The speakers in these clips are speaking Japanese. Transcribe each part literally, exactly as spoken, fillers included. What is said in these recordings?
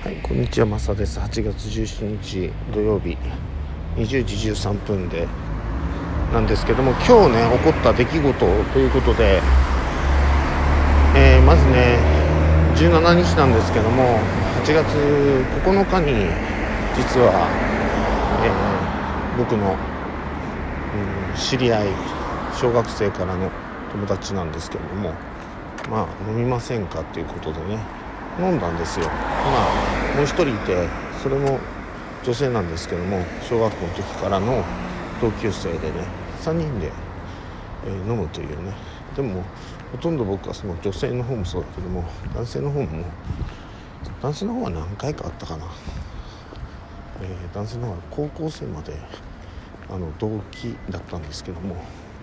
はい、こんにちは、マサです。はちがつじゅうしちにち土曜日にじゅうじじゅうさんぷんでなんですけども、今日ね起こった出来事ということで、えー、まずねじゅうしちにちなんですけども、はちがつここのかに実は、えー、僕の、うん、知り合い小学生からの友達なんですけれども、まあ飲みませんかということでね飲んだんですよ。まあもう一人いて、それも女性なんですけども、小学校の時からの同級生でねさんにんで、えー、飲むというね。でもほとんど僕はその女性の方もそうだけども、男性の方も男性の方は何回かあったかな、えー、男性の方は高校生まであの同期だったんですけども、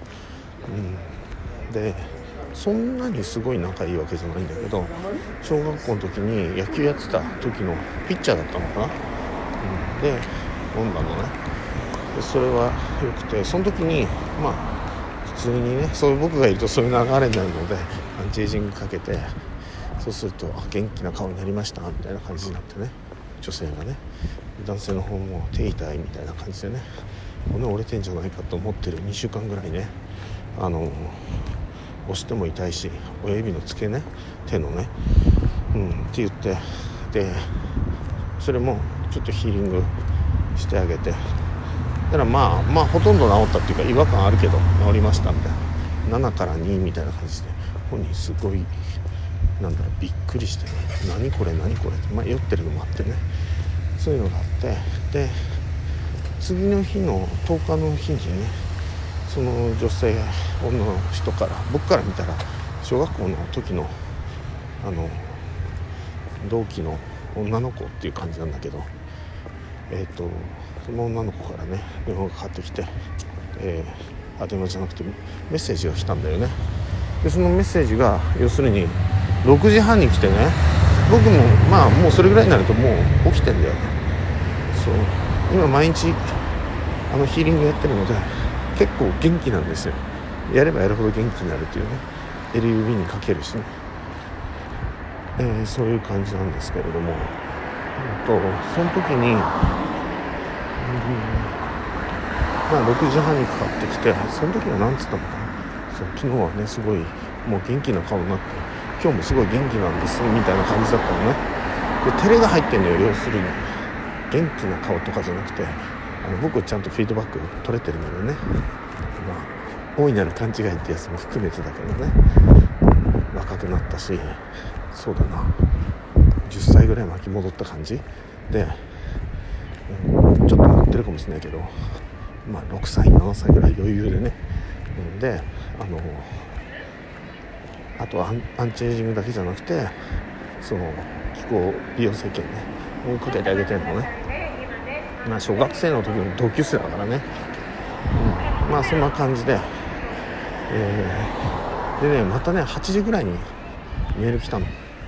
うん、でそんなにすごい仲いいわけじゃないんだけど、小学校の時に野球やってた時のピッチャーだったのかな、うん、で飲んだのね。でそれは良くて、その時にまあ普通にね、そういう僕がいるとそういう流れになるのでアンチエイジングかけて、そうすると元気な顔になりましたみたいな感じになってね、女性がね、男性の方も手痛いみたいな感じでね、骨折れてんじゃないかと思ってるにしゅうかんぐらいね、あの押しても痛いし、親指の付け根手のね、うんって言って、でそれもちょっとヒーリングしてあげて、だからまあまあほとんど治ったっていうか、違和感あるけど治りましたみたいな、ななからにみたいな感じで、本人すごいなんだろうびっくりしてね、何これ何これって、まあ、酔ってるのもあってね、そういうのがあって、で次の日のとおかの日にね、その女性女の人から、僕から見たら小学校の時のあの同期の女の子っていう感じなんだけど、えっとその女の子からね電話がかかってきて、えー、あ電話じゃなくてメッセージが来たんだよね。でそのメッセージが要するにろくじはんに来てね、僕もまあもうそれぐらいになるともう起きてんだよね。そう今毎日あのヒーリングやってるので結構元気なんですよ。やればやるほど元気になるっていうね、 エルユービー にかけるしね、えー、そういう感じなんですけれども、とその時に、うん、まあろくじはんにかかってきて、その時はなんつったのかな、そう昨日はねすごいもう元気な顔になって、今日もすごい元気なんですみたいな感じだったのね。で照れが入ってんのよ、要するに元気な顔とかじゃなくて、あの僕ちゃんとフィードバック取れてるのでね、まあ大いなる勘違いってやつも含めてだけどね、若くなったし、そうだなじゅっさいぐらい巻き戻った感じで、うん、ちょっと乗ってるかもしれないけど、まあろくさいななさいぐらい余裕でね、うん、であのあとはアン、アンチエイジングだけじゃなくて、その気候美容整形ね追いかけてあげてるのね。まあ小学生の時の同級生だからね、うん、まあそんな感じで、えー、でねまたねはちじぐらいにメール来たの、ね、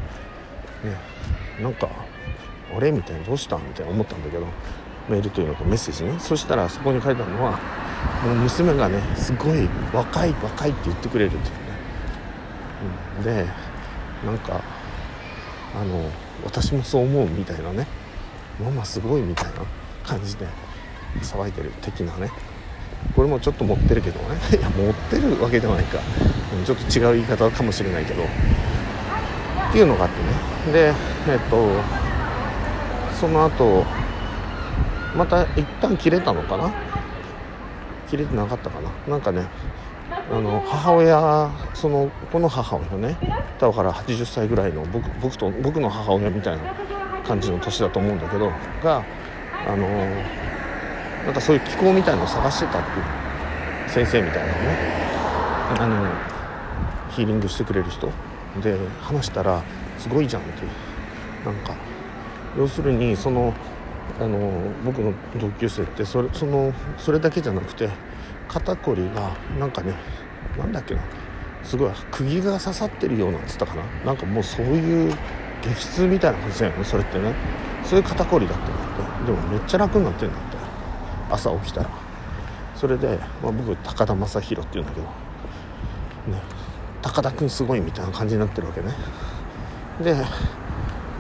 なんかあれみたいな、どうしたみたいな思ったんだけど、メールというのかメッセージね。そしたらそこに書いてあるのは、もう娘がねすごい若い若いって言ってくれるっていうね、うん、でなんかあの私もそう思うみたいなね、ママすごいみたいな感じで騒いでる的なね。これもちょっと持ってるけどねいや持ってるわけではないか、ちょっと違う言い方かもしれないけどっていうのがあってね。でえっとその後また一旦切れたのかな、切れてなかったかな、なんかねあの母親、そのこの母親ね、だからはちじゅっさいぐらいの 僕, 僕と僕の母親みたいな感じの年だと思うんだけどが、あのなんかそういう気候みたいなのを探してたっていう先生みたいなのね、あのヒーリングしてくれる人で話したらすごいじゃんっていう、なんか要するにそのあの僕の同級生ってそれそのそれだけじゃなくて、肩こりがなんかね、なんだっけな、すごい釘が刺さってるようなんつったかな、なんかもうそういう激痛みたいな感じだよね、それってね。そういう肩こりだったんだって。でもめっちゃ楽になってるんだって、朝起きたら。それで、まあ、僕高田正宏っていうんだけどね、高田くんすごいみたいな感じになってるわけね。で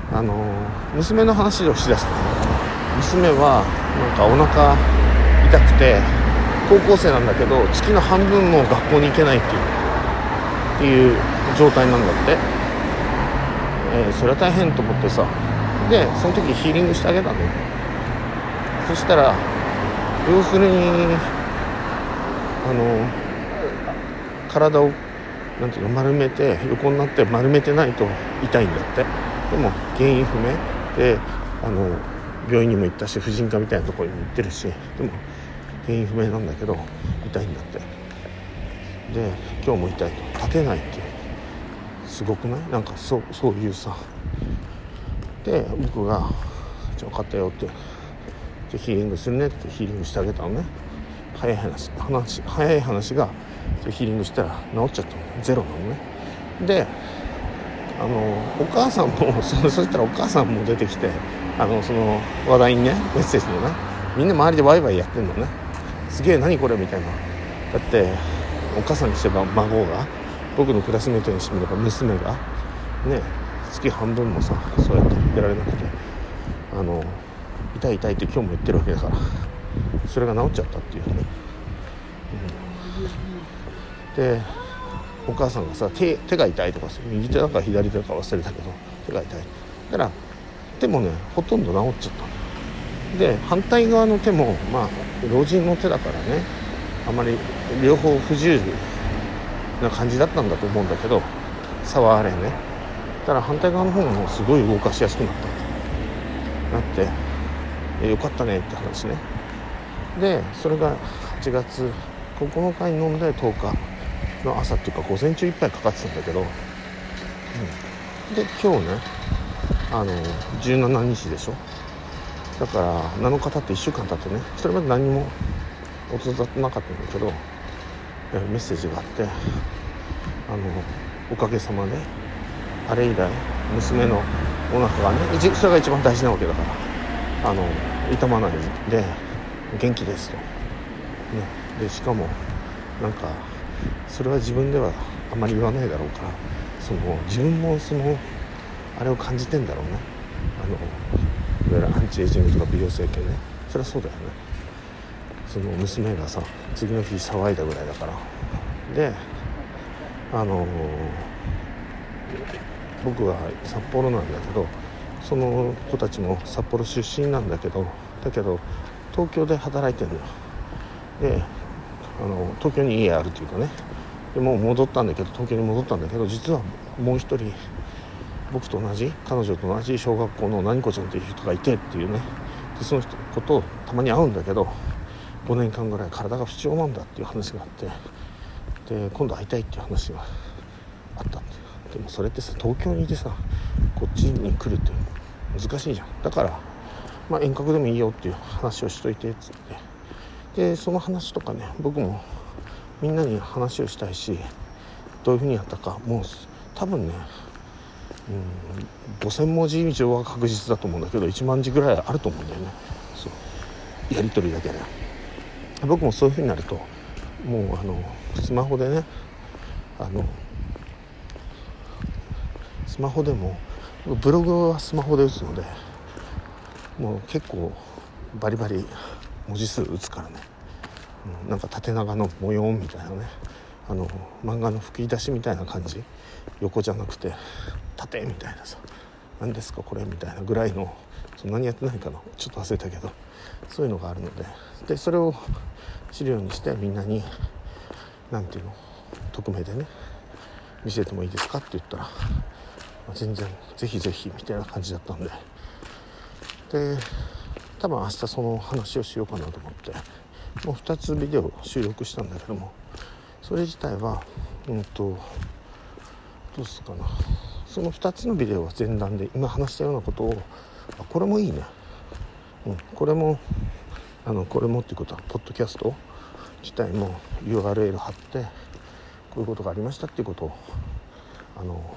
あの娘の話をしだした。娘はなんかお腹痛くて高校生なんだけど月の半分も学校に行けないっていうっていう状態なんだって、えー、それは大変と思ってさ、でその時ヒーリングしてあげたのよ。そしたら要するにあの体をなんていうの丸めて横になって丸めてないと痛いんだって。でも原因不明であの病院にも行ったし婦人科みたいなところにも行ってるし、でも原因不明なんだけど痛いんだって。で今日も痛いと立てないっていう、すごくない？なんかそうそういうさ。で僕がじゃあ分かったよって、じゃあヒーリングするねってヒーリングしてあげたのね。早い話話早い話がヒーリングしたら治っちゃったの、ゼロなのね。であのお母さんもそ, そしたらお母さんも出てきて、あのその話題にねメッセージのね、みんな周りでワイワイやってんのね。すげえ何これみたいな。だってお母さんにしてば孫が、僕のクラスメートにしてみれば娘がね月半分もさそうやってやられなくて、あの痛い痛いって今日も言ってるわけだから、それが治っちゃったっていうね、うん、でお母さんがさ 手, 手が痛いとか、右手だか左手だか忘れたけど手が痛いだから手もねほとんど治っちゃったで、反対側の手もまあ老人の手だからね、あまり両方不自由な感じだったんだと思うんだけど、差はあれね。だから反対側の方もすごい動かしやすくなったなってえよかったねって話ね。でそれがはちがつここのかに飲んでとおかの朝っていうか午前中いっぱいかかってたんだけど、うん、で今日ねあのじゅうしちにちでしょ。だからなのか経っていっしゅうかん経ってね、それまで何も音沙汰なかったんだけどメッセージがあって、あのおかげさまであれ以来娘のお腹がね、それが一番大事なわけだから、あの痛まないで元気ですと、ね、でしかもなんかそれは自分ではあまり言わないだろうから、その自分もそのあれを感じてんだろうね。あのいわゆるアンチエイジングとか美容整形ね、それはそうだよね。その娘がさ次の日騒いだぐらいだから、であの僕は札幌なんだけど、その子たちも札幌出身なんだけど、だけど東京で働いてるのよ。であの東京に家あるっていうかね、でもう戻ったんだけど東京に戻ったんだけど、実はもう一人僕と同じ彼女と同じ小学校の何子ちゃんという人がいてっていうね。でその人ことたまに会うんだけど、ごねんかんぐらい体が不調なんだっていう話があって、で今度会いたいっていう話があったって。でもそれってさ東京にいてさこっちに来るって難しいじゃん。だから、まあ、遠隔でもいいよっていう話をしといてっつって、でその話とかね僕もみんなに話をしたいし、どういうふうにやったかもう多分ね、うん、ごせんもじ以上は確実だと思うんだけどいちまんじぐらいあると思うんだよね。そうやり取りだけで僕もそういうふうになるともうあのスマホでね、あのスマホでもブログはスマホで打つので、もう結構バリバリ文字数打つからね、うん、なんか縦長の模様みたいなね、あの漫画の吹き出しみたいな感じ、横じゃなくて縦みたいなさ、何ですかこれみたいなぐらいの、そんなにやってないかなちょっと忘れたけど、そういうのがあるので、でそれを資料にしてみんなになんていうの匿名でね見せてもいいですかって言ったら、まあ、全然ぜひぜひみたいな感じだったんで、で多分明日その話をしようかなと思ってもうふたつビデオ収録したんだけども、それ自体はうんとどうするかな、そのふたつのビデオは前段で今話したようなことを、あこれもいいね、うん、これもあのこれもっていうことはポッドキャスト自体も ユーアールエル 貼ってこういうことがありましたっていうことをあの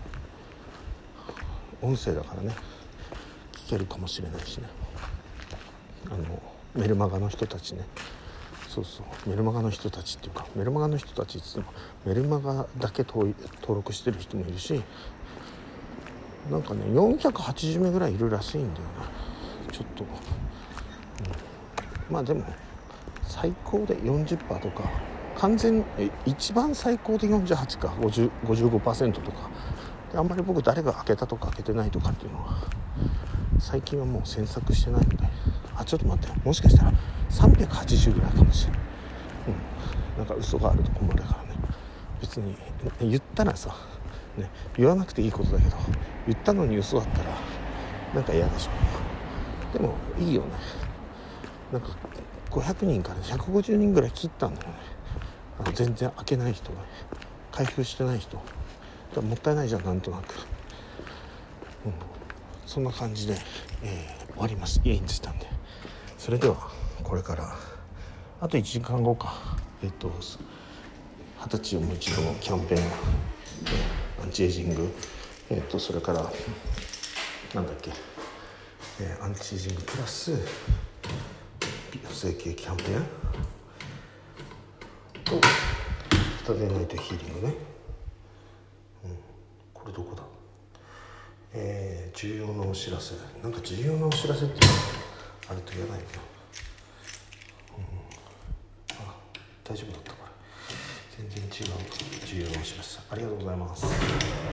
音声だからね聞けるかもしれないしね、あのメルマガの人たちね、そうそうメルマガの人たちっていうかメルマガの人たちって言ってもメルマガだけ登録してる人もいるし、 なんかねよんひゃくはちじゅうめいぐらいいるらしいんだよね。ちょっと、うん、まあでも最高で よんじゅっパーセント とか完全え一番最高でよんじゅうはちか ごじゅう ごじゅうごパーセント とかで、あんまり僕誰が開けたとか開けてないとかっていうのは最近はもう詮索してないので、あちょっと待って、もしかしたらさんびゃくはちじゅうぐらいかもしれない、うん、なんか嘘があると困るからね。別に言ったらさ、ね、言わなくていいことだけど言ったのに嘘だったらなんか嫌でしょ。でもいいよね。なんかごひゃくにんからひゃくごじゅうにんぐらい切ったんだよね。あの全然開けない人が、開封してない人だからもったいないじゃん、なんとなく、うん、そんな感じで、えー、終わります。家に着いたんで。それではこれからあといちじかんごか、えっと二十歳をもう一度のキャンペーン、えー、アンチエイジング、えっとそれからなんだっけ、えー、アンチエイジングプラス美容整形キャンペーンとスタデーナイトヒーリングね、うん、これどこだ、えー、重要なお知らせ、なんか重要なお知らせってあると言わないよな、うん、あ大丈夫だった、これ全然違う重要なお知らせ、ありがとうございます。